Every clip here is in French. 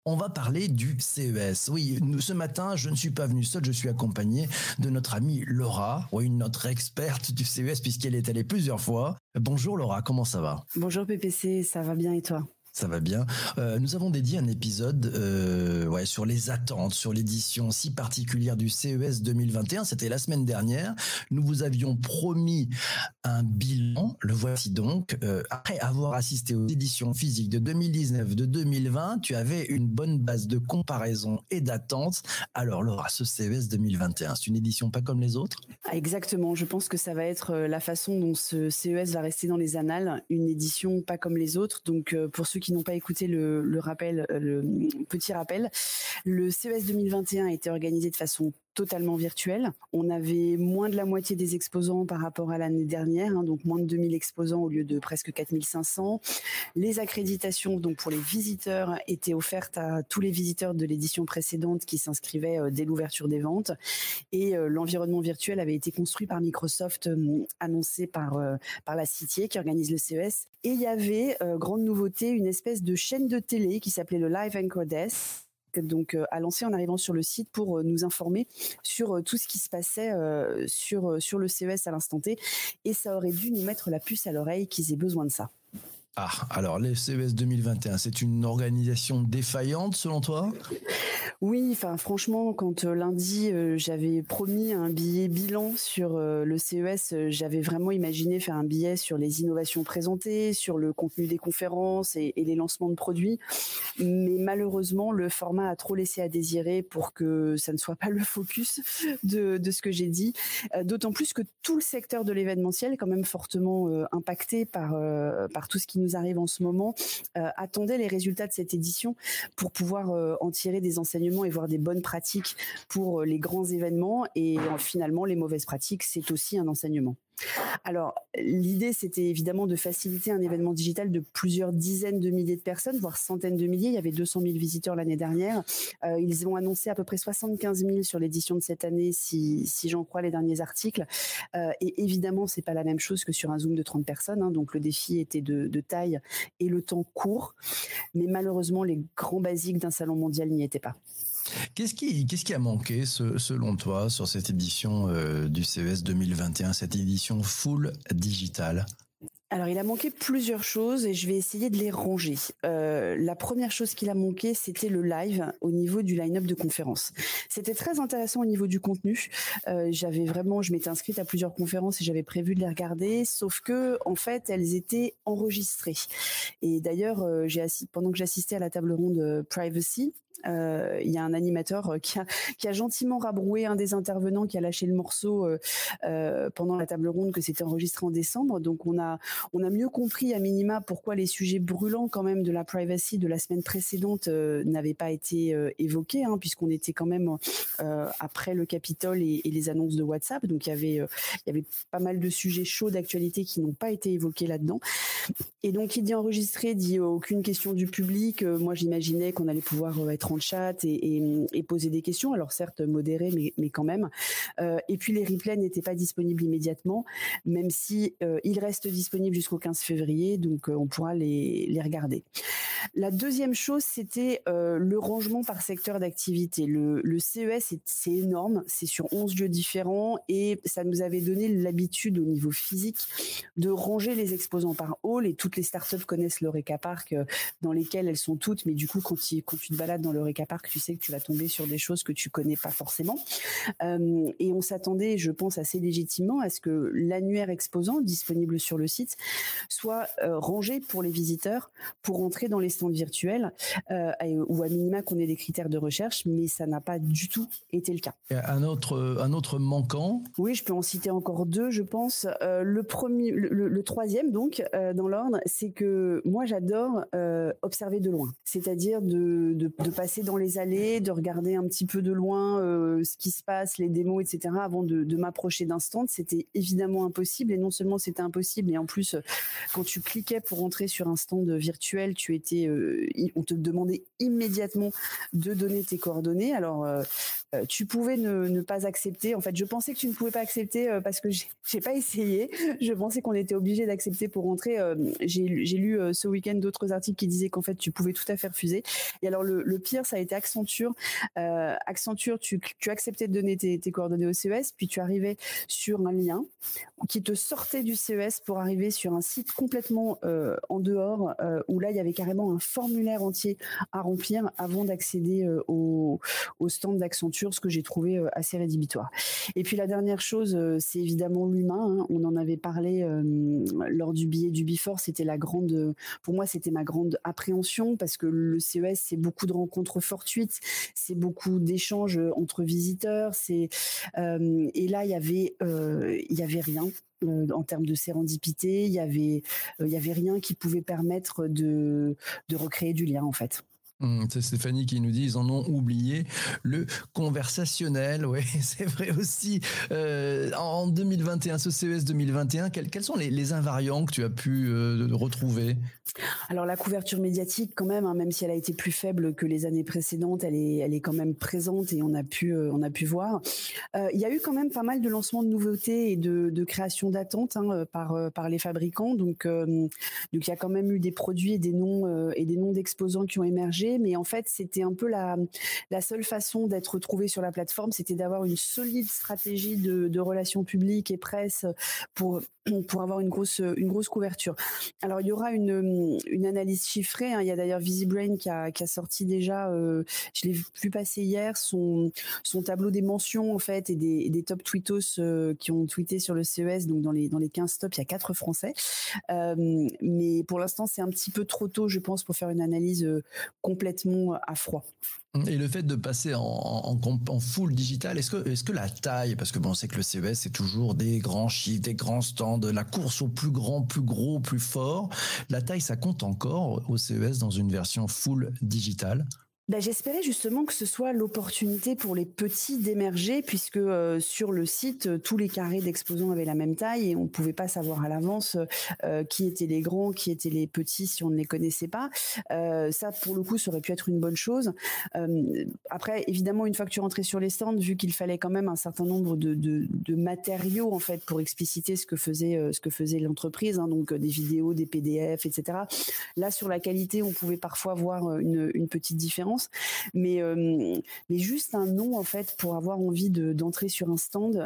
On va parler du CES. Oui, ce matin, je ne suis pas venu seul, je suis accompagné de notre amie Laura, oui, notre experte du CES puisqu'elle est allée plusieurs fois. Bonjour Laura, comment ça va? Bonjour PPC, ça va bien et toi? Ça va bien. Nous avons dédié un épisode sur les attentes, sur l'édition si particulière du CES 2021. C'était la semaine dernière. Nous vous avions promis un bilan. Le voici donc. Après avoir assisté aux éditions physiques de 2019, de 2020, tu avais une bonne base de comparaison et d'attente. Alors Laura, ce CES 2021, c'est une édition pas comme les autres? Exactement, je pense que ça va être la façon dont ce CES va rester dans les annales, une édition pas comme les autres. Donc pour ceux qui n'ont pas écouté le petit rappel, le CES 2021 a été organisé de façon totalement virtuelle. On avait moins de la moitié des exposants par rapport à l'année dernière, donc moins de 2000 exposants au lieu de presque 4500. Les accréditations, donc pour les visiteurs, étaient offertes à tous les visiteurs de l'édition précédente qui s'inscrivaient dès l'ouverture des ventes. Et l'environnement virtuel avait été construit par Microsoft, annoncé par la CITIE qui organise le CES. Et il y avait, grande nouveauté, une espèce de chaîne de télé qui s'appelait le Live Anchor Desk, donc à lancer en arrivant sur le site pour nous informer sur tout ce qui se passait sur le CES à l'instant T. Et ça aurait dû nous mettre la puce à l'oreille qu'ils aient besoin de ça. Ah, alors le CES 2021, c'est une organisation défaillante selon toi? Oui, enfin franchement, quand lundi j'avais promis un billet bilan sur le CES, j'avais vraiment imaginé faire un billet sur les innovations présentées, sur le contenu des conférences et les lancements de produits. Mais malheureusement, le format a trop laissé à désirer pour que ça ne soit pas le focus de ce que j'ai dit. D'autant plus que tout le secteur de l'événementiel est quand même fortement impacté par tout ce qui nous arrive en ce moment. Attendait les résultats de cette édition pour pouvoir en tirer des enseignements et voir des bonnes pratiques pour les grands événements. Et finalement, les mauvaises pratiques, c'est aussi un enseignement. Alors, l'idée, c'était évidemment de faciliter un événement digital de plusieurs dizaines de milliers de personnes, voire centaines de milliers. Il y avait 200 000 visiteurs l'année dernière. Ils ont annoncé à peu près 75 000 sur l'édition de cette année, si j'en crois les derniers articles. Et évidemment, c'est pas la même chose que sur un Zoom de 30 personnes. Donc, le défi était de taille et le temps court. Mais malheureusement, les grands basiques d'un salon mondial n'y étaient pas. Qu'est-ce qui a manqué selon toi sur cette édition du CES 2021, cette édition full digitale? Alors, il a manqué plusieurs choses et je vais essayer de les ranger. La première chose qu'il a manqué, c'était le live au niveau du line-up de conférences. C'était très intéressant au niveau du contenu. Je m'étais inscrite à plusieurs conférences et j'avais prévu de les regarder, sauf que, en fait, elles étaient enregistrées. Et d'ailleurs, pendant que j'assistais à la table ronde Privacy, il y a un animateur qui a gentiment rabroué un des intervenants qui a lâché le morceau pendant la table ronde que c'était enregistré en décembre. Donc on a mieux compris à minima pourquoi les sujets brûlants quand même de la privacy de la semaine précédente n'avaient pas été évoqués, puisqu'on était quand même après le Capitole et les annonces de WhatsApp. Donc il y avait pas mal de sujets chauds d'actualité qui n'ont pas été évoqués là-dedans. Et donc, il dit enregistré, dit aucune question du public. Moi, j'imaginais qu'on allait pouvoir être en chat et poser des questions. Alors, certes, modérées, mais quand même. Et puis, les replays n'étaient pas disponibles immédiatement, même si ils restent disponibles jusqu'au 15 février. Donc, on pourra les regarder. La deuxième chose, c'était le rangement par secteur d'activité. Le CES, c'est énorme. C'est sur 11 lieux différents et ça nous avait donné l'habitude au niveau physique de ranger les exposants par hall, et toutes les startups connaissent l'Eureka Park dans lesquelles elles sont toutes, mais du coup quand tu te balades dans l'Eureka Park, tu sais que tu vas tomber sur des choses que tu connais pas forcément. Et on s'attendait, je pense assez légitimement, à ce que l'annuaire exposant disponible sur le site soit rangé pour les visiteurs pour entrer dans les stands virtuels, ou à minima qu'on ait des critères de recherche, mais ça n'a pas du tout été le cas. Un autre manquant? Oui, je peux en citer encore deux, je pense. Le troisième, donc, dans l'ordre, c'est que moi, j'adore observer de loin. C'est-à-dire de passer passer dans les allées, de regarder un petit peu de loin ce qui se passe, les démos, etc. avant de m'approcher d'un stand. C'était évidemment impossible, et non seulement c'était impossible, mais en plus, quand tu cliquais pour entrer sur un stand virtuel, on te demandait immédiatement de donner tes coordonnées. Alors, tu pouvais ne pas accepter. En fait, je pensais que tu ne pouvais pas accepter parce que j'ai pas essayé. Je pensais qu'on était obligé d'accepter pour rentrer. J'ai lu ce week-end d'autres articles qui disaient qu'en fait, tu pouvais tout à fait refuser. Et alors, le pire, ça a été Accenture. Accenture, tu acceptais de donner tes coordonnées au CES, puis tu arrivais sur un lien qui te sortait du CES pour arriver sur un site complètement en dehors, où là, il y avait carrément un formulaire entier à remplir avant d'accéder au stand d'Accenture, ce que j'ai trouvé assez rédhibitoire. Et puis la dernière chose, c'est évidemment l'humain, hein. On en avait parlé lors du billet du Before. Pour moi, c'était ma grande appréhension, parce que le CES, c'est beaucoup de rencontres fortuites, c'est beaucoup d'échanges entre visiteurs, et là, il y avait rien. En termes de sérendipité, il y avait rien qui pouvait permettre de recréer du lien, en fait. C'est Stéphanie qui nous dit ils en ont oublié le conversationnel. Oui, c'est vrai aussi. En 2021, ce CES 2021, quels sont les invariants que tu as pu retrouver? Alors la couverture médiatique, quand même, hein, même si elle a été plus faible que les années précédentes, elle est quand même présente, et on a pu voir. Il y a eu quand même pas mal de lancements de nouveautés et de création d'attentes, hein, par les fabricants. Donc il y a quand même eu des produits et des noms d'exposants qui ont émergé. Mais en fait, c'était un peu la seule façon d'être trouvé sur la plateforme, c'était d'avoir une solide stratégie de relations publiques et presse pour avoir une grosse couverture. Alors il y aura une analyse chiffrée, hein. Il y a d'ailleurs VisiBrain qui a sorti déjà, je l'ai vu passer hier, son tableau des mentions, en fait, et des top tweetos qui ont tweeté sur le CES. Donc dans les 15 tops, il y a 4 Français. Mais pour l'instant, c'est un petit peu trop tôt, je pense, pour faire une analyse complètement à froid. Et le fait de passer en full digital, est-ce que la taille, parce que bon, on sait que le CES, c'est toujours des grands chiffres, des grands stands, la course au plus grand, plus gros, plus fort, la taille, ça compte encore au CES dans une version full digitale? J'espérais justement que ce soit l'opportunité pour les petits d'émerger, puisque sur le site, tous les carrés d'exposants avaient la même taille, et on ne pouvait pas savoir à l'avance qui étaient les grands, qui étaient les petits, si on ne les connaissait pas. Ça, pour le coup, ça aurait pu être une bonne chose. Après, évidemment, une fois que tu rentrais sur les stands, vu qu'il fallait quand même un certain nombre de matériaux, en fait, pour expliciter ce que faisait l'entreprise, hein, donc des vidéos, des PDF, etc. Là, sur la qualité, on pouvait parfois voir une petite différence. Mais juste un nom, en fait, pour avoir envie d'entrer sur un stand,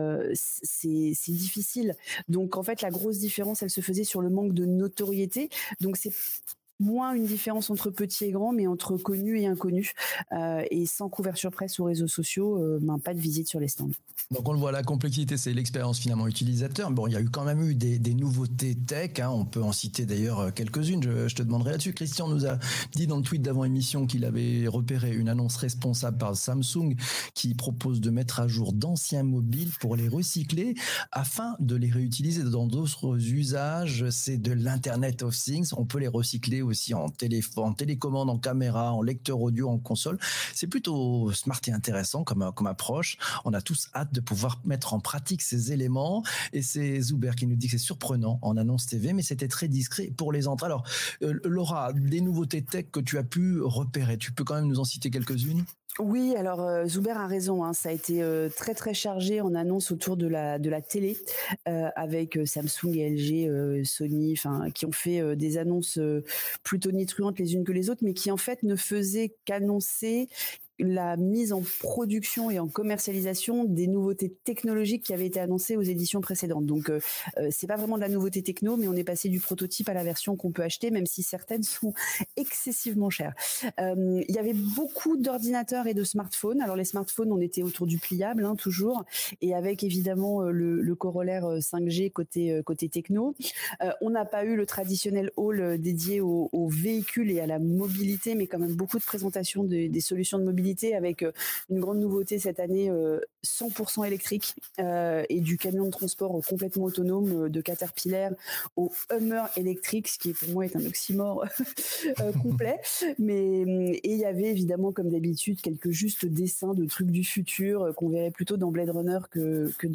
c'est difficile. Donc en fait, la grosse différence, elle se faisait sur le manque de notoriété. Donc c'est moins une différence entre petit et grand, mais entre connu et inconnu. Et sans couverture presse ou réseaux sociaux, pas de visite sur les stands. Donc on le voit, la complexité, c'est l'expérience finalement utilisateur. Bon, il y a quand même eu des nouveautés tech, hein. On peut en citer d'ailleurs quelques-unes, je te demanderai là-dessus. Christian nous a dit dans le tweet d'avant-émission qu'il avait repéré une annonce responsable par Samsung qui propose de mettre à jour d'anciens mobiles pour les recycler afin de les réutiliser dans d'autres usages. C'est de l'Internet of Things. On peut les recycler aussi en téléphone, en télécommande, en caméra, en lecteur audio, en console. C'est plutôt smart et intéressant comme approche. On a tous hâte de pouvoir mettre en pratique ces éléments, et c'est Zuber qui nous dit que c'est surprenant en annonce TV, mais c'était très discret pour les entrées. Alors Laura, des nouveautés tech que tu as pu repérer, tu peux quand même nous en citer quelques-unes? Oui, alors Zuber a raison, hein, ça a été très très chargé en annonce autour de la télé, avec Samsung et LG, Sony, qui ont fait des annonces plutôt nitruantes les unes que les autres, mais qui en fait ne faisaient qu'annoncer la mise en production et en commercialisation des nouveautés technologiques qui avaient été annoncées aux éditions précédentes. Donc c'est pas vraiment de la nouveauté techno, mais on est passé du prototype à la version qu'on peut acheter, même si certaines sont excessivement chères. Il y avait beaucoup d'ordinateurs et de smartphones. Alors les smartphones, on était autour du pliable, hein, toujours, et avec évidemment le corollaire 5G côté techno. On n'a pas eu le traditionnel hall dédié aux véhicules et à la mobilité, mais quand même beaucoup de présentations des solutions de mobilité, avec une grande nouveauté cette année 100% électrique et du camion de transport complètement autonome de Caterpillar au Hummer électrique, ce qui pour moi est un oxymore complet. Mais et il y avait évidemment, comme d'habitude, quelques justes dessins de trucs du futur qu'on verrait plutôt dans Blade Runner que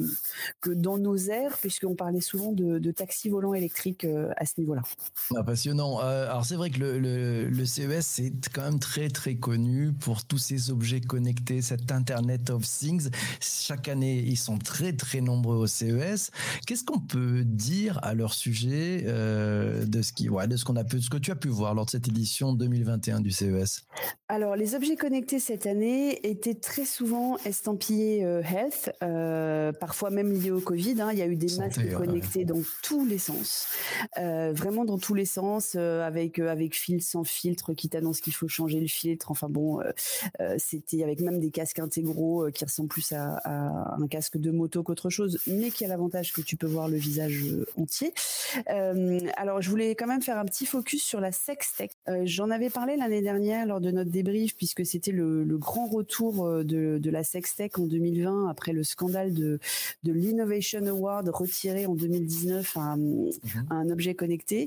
dans nos airs, puisqu'on parlait souvent de taxis volants électriques à ce niveau-là. Ah, passionnant. Alors c'est vrai que le CES c'est quand même très très connu pour tous ces objets connectés, cet Internet of Things. Chaque année ils sont très très nombreux au CES. Qu'est-ce qu'on peut dire à leur sujet de ce que tu as pu voir lors de cette édition 2021 du CES? Alors, les objets connectés cette année étaient très souvent estampillés health, parfois même liés au Covid. Il y a eu des masques connectés dans tous les sens, vraiment dans tous les sens, avec fil, sans filtre, qui t'annonce qu'il faut changer le filtre. Enfin bon, c'était avec même des casques intégraux qui ressemblent plus à un casque de moto qu'autre chose, mais qui a l'avantage que tu peux voir le visage entier. Alors, je voulais quand même faire un petit focus sur la Sextech. J'en avais parlé l'année dernière lors de notre débrief, puisque c'était le grand retour de la Sextech en 2020 après le scandale de l'Innovation Award retiré en 2019 à un objet connecté.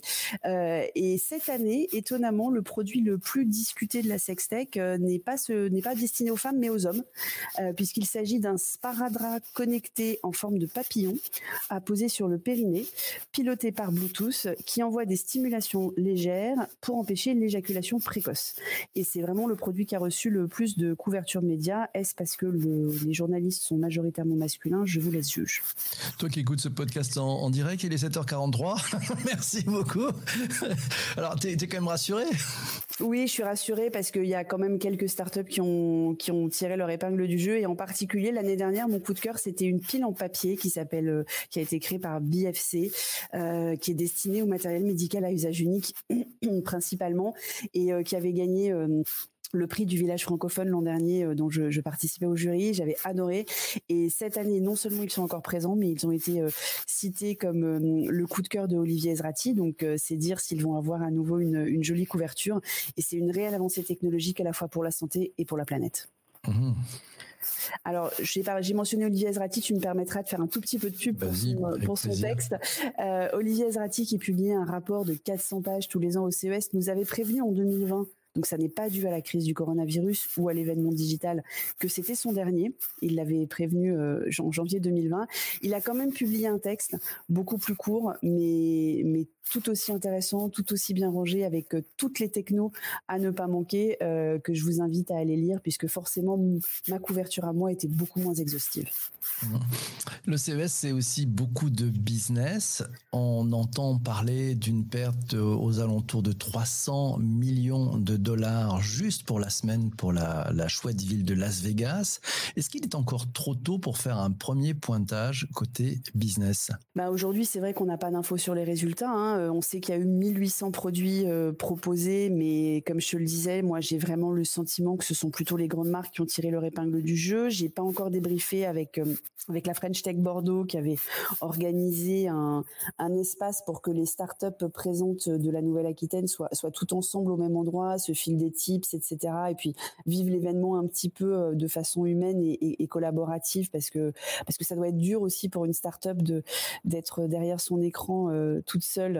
Et cette année, étonnamment, le produit le plus discuté de la Sextech n'est pas destiné aux femmes mais aux hommes, puisqu'il s'agit d'un sparadrap connecté en forme de papillon à poser sur le périnée, piloté par Bluetooth, qui envoie des stimulations légères pour empêcher l'éjaculation précoce. Et c'est vraiment le produit qui a reçu le plus de couverture média. Est-ce parce que les journalistes sont majoritairement masculins? Je vous laisse juger. Toi qui écoutes ce podcast en direct, il est 7h43. Merci beaucoup. Alors, t'es quand même rassuré? Oui, je suis rassurée parce qu'il y a quand même quelques startups qui ont tiré leur épingle du jeu, et en particulier l'année dernière, mon coup de cœur, c'était une pile en papier qui a été créée par BFC, qui est destinée au matériel médical à usage unique principalement, et qui avait gagné le prix du village francophone l'an dernier, dont je participais au jury. J'avais adoré. Et cette année, non seulement ils sont encore présents, mais ils ont été cités comme le coup de cœur de Olivier Ezrati. Donc, c'est dire s'ils vont avoir à nouveau une jolie couverture. Et c'est une réelle avancée technologique à la fois pour la santé et pour la planète. Alors, j'ai mentionné Olivier Ezrati, tu me permettras de faire un tout petit peu de pub pour son texte. Olivier Ezrati, qui publiait un rapport de 400 pages tous les ans au CES, nous avait prévenu en 2020, donc ça n'est pas dû à la crise du coronavirus ou à l'événement digital, que c'était son dernier. Il l'avait prévenu en janvier 2020. Il a quand même publié un texte beaucoup plus court, mais tout aussi intéressant, tout aussi bien rangé, avec toutes les technos à ne pas manquer, que je vous invite à aller lire, puisque forcément ma couverture à moi était beaucoup moins exhaustive. Le CES, c'est aussi beaucoup de business. On entend parler d'une perte aux alentours de 300 millions de dollars juste pour la semaine pour la chouette ville de Las Vegas. Est-ce qu'il est encore trop tôt pour faire un premier pointage côté business? Aujourd'hui, c'est vrai qu'on n'a pas d'infos sur les résultats. On sait qu'il y a eu 1800 produits proposés, mais comme je te le disais, moi j'ai vraiment le sentiment que ce sont plutôt les grandes marques qui ont tiré leur épingle du jeu. J'ai pas encore débriefé avec la French Tech Bordeaux, qui avait organisé un espace pour que les startups présentes de la Nouvelle-Aquitaine soient tout ensemble au même endroit, se filent des tips, etc. Et puis vivent l'événement un petit peu de façon humaine et collaborative, parce que ça doit être dur aussi pour une startup d'être derrière son écran toute seule.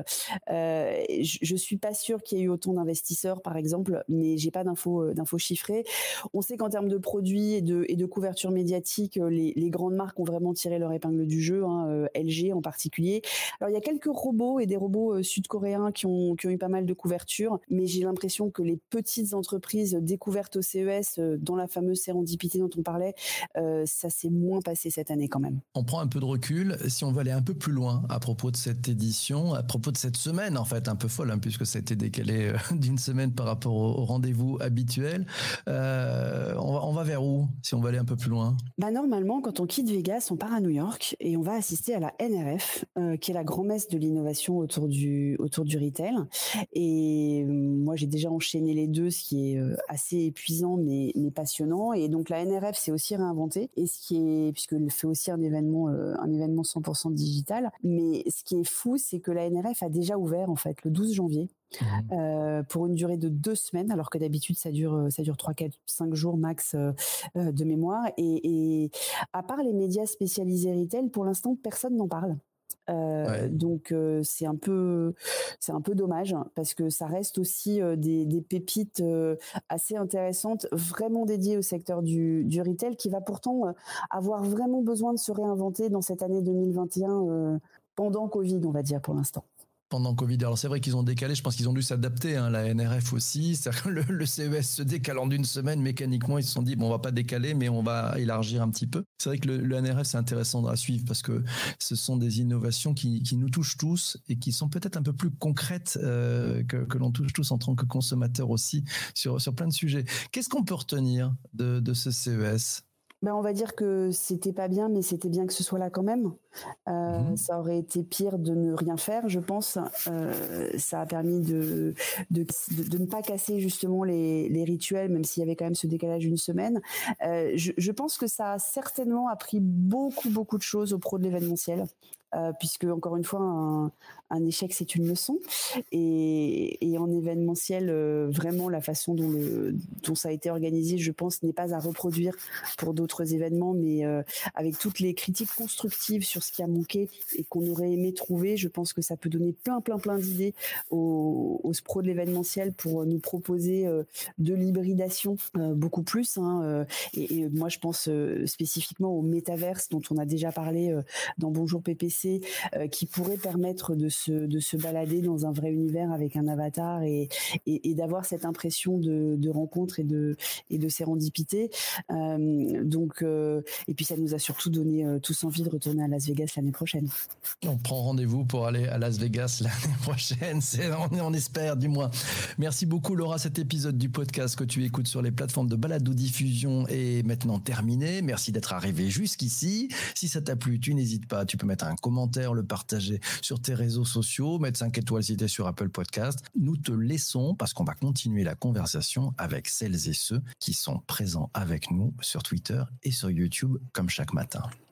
Je suis pas sûre qu'il y ait eu autant d'investisseurs, par exemple, mais j'ai pas d'infos chiffrées. On sait qu'en termes de produits et de couverture médiatique, les grandes marques ont vraiment tiré leur épingle du jeu, LG en particulier. Alors il y a quelques robots et des robots sud-coréens qui ont eu pas mal de couverture, mais j'ai l'impression que les petites entreprises découvertes au CES, dans la fameuse sérendipité dont on parlait, ça s'est moins passé cette année quand même. On prend un peu de recul, si on veut aller un peu plus loin à propos de cette édition, à propos de cette semaine en fait, un peu folle, puisque ça a été décalé d'une semaine par rapport au rendez-vous habituel. On va vers où si on veut aller un peu plus loin? Normalement, quand on quitte Vegas, on part à New York et on va assister à la NRF, qui est la grand-messe de l'innovation autour du retail. Et moi, j'ai déjà enchaîné les deux, ce qui est assez épuisant mais passionnant. Et donc la NRF s'est aussi réinventée, et puisqu'elle fait aussi un événement 100% digital. Mais ce qui est fou, c'est que la NRF a déjà ouvert en fait le 12 janvier. pour une durée de 2 semaines, alors que d'habitude ça dure 3, 4, 5 jours max de mémoire. Et à part les médias spécialisés retail, pour l'instant personne n'en parle. Donc c'est un peu dommage, parce que ça reste aussi des pépites assez intéressantes, vraiment dédiées au secteur du retail, qui va pourtant avoir vraiment besoin de se réinventer dans cette année 2021 pendant Covid, on va dire, pour l'instant. Pendant Covid. Alors c'est vrai qu'ils ont décalé, je pense qu'ils ont dû s'adapter, la NRF aussi, c'est-à-dire que le CES se décalant d'une semaine, mécaniquement ils se sont dit bon, on va pas décaler mais on va élargir un petit peu. C'est vrai que le NRF c'est intéressant à suivre, parce que ce sont des innovations qui nous touchent tous et qui sont peut-être un peu plus concrètes que l'on touche tous en tant que consommateurs aussi sur plein de sujets. Qu'est-ce qu'on peut retenir de ce CES ? On va dire que c'était pas bien, mais c'était bien que ce soit là quand même. Ça aurait été pire de ne rien faire, je pense. Ça a permis de ne pas casser justement les rituels, même s'il y avait quand même ce décalage d'une semaine. Je pense que ça a certainement appris beaucoup de choses aux pros de l'événementiel. Puisque encore une fois un échec c'est une leçon, et en événementiel vraiment la façon dont ça a été organisé, je pense, n'est pas à reproduire pour d'autres événements, mais avec toutes les critiques constructives sur ce qui a manqué et qu'on aurait aimé trouver, je pense que ça peut donner plein d'idées aux pros de l'événementiel pour nous proposer de l'hybridation beaucoup plus, et moi je pense spécifiquement au métaverse dont on a déjà parlé dans Bonjour PPC, qui pourrait permettre de se balader dans un vrai univers avec un avatar et d'avoir cette impression de rencontre et de sérendipité. Et puis ça nous a surtout donné tous envie de retourner à Las Vegas l'année prochaine. On prend rendez-vous pour aller à Las Vegas l'année prochaine, on espère du moins. Merci beaucoup Laura, cet épisode du podcast que tu écoutes sur les plateformes de balado-diffusion est maintenant terminé. Merci d'être arrivé jusqu'ici. Si ça t'a plu, tu n'hésites pas, tu peux mettre un commentaire, le partager sur tes réseaux sociaux, mettre 5 étoiles si t'es sur Apple Podcast. Nous te laissons, parce qu'on va continuer la conversation avec celles et ceux qui sont présents avec nous sur Twitter et sur YouTube comme chaque matin.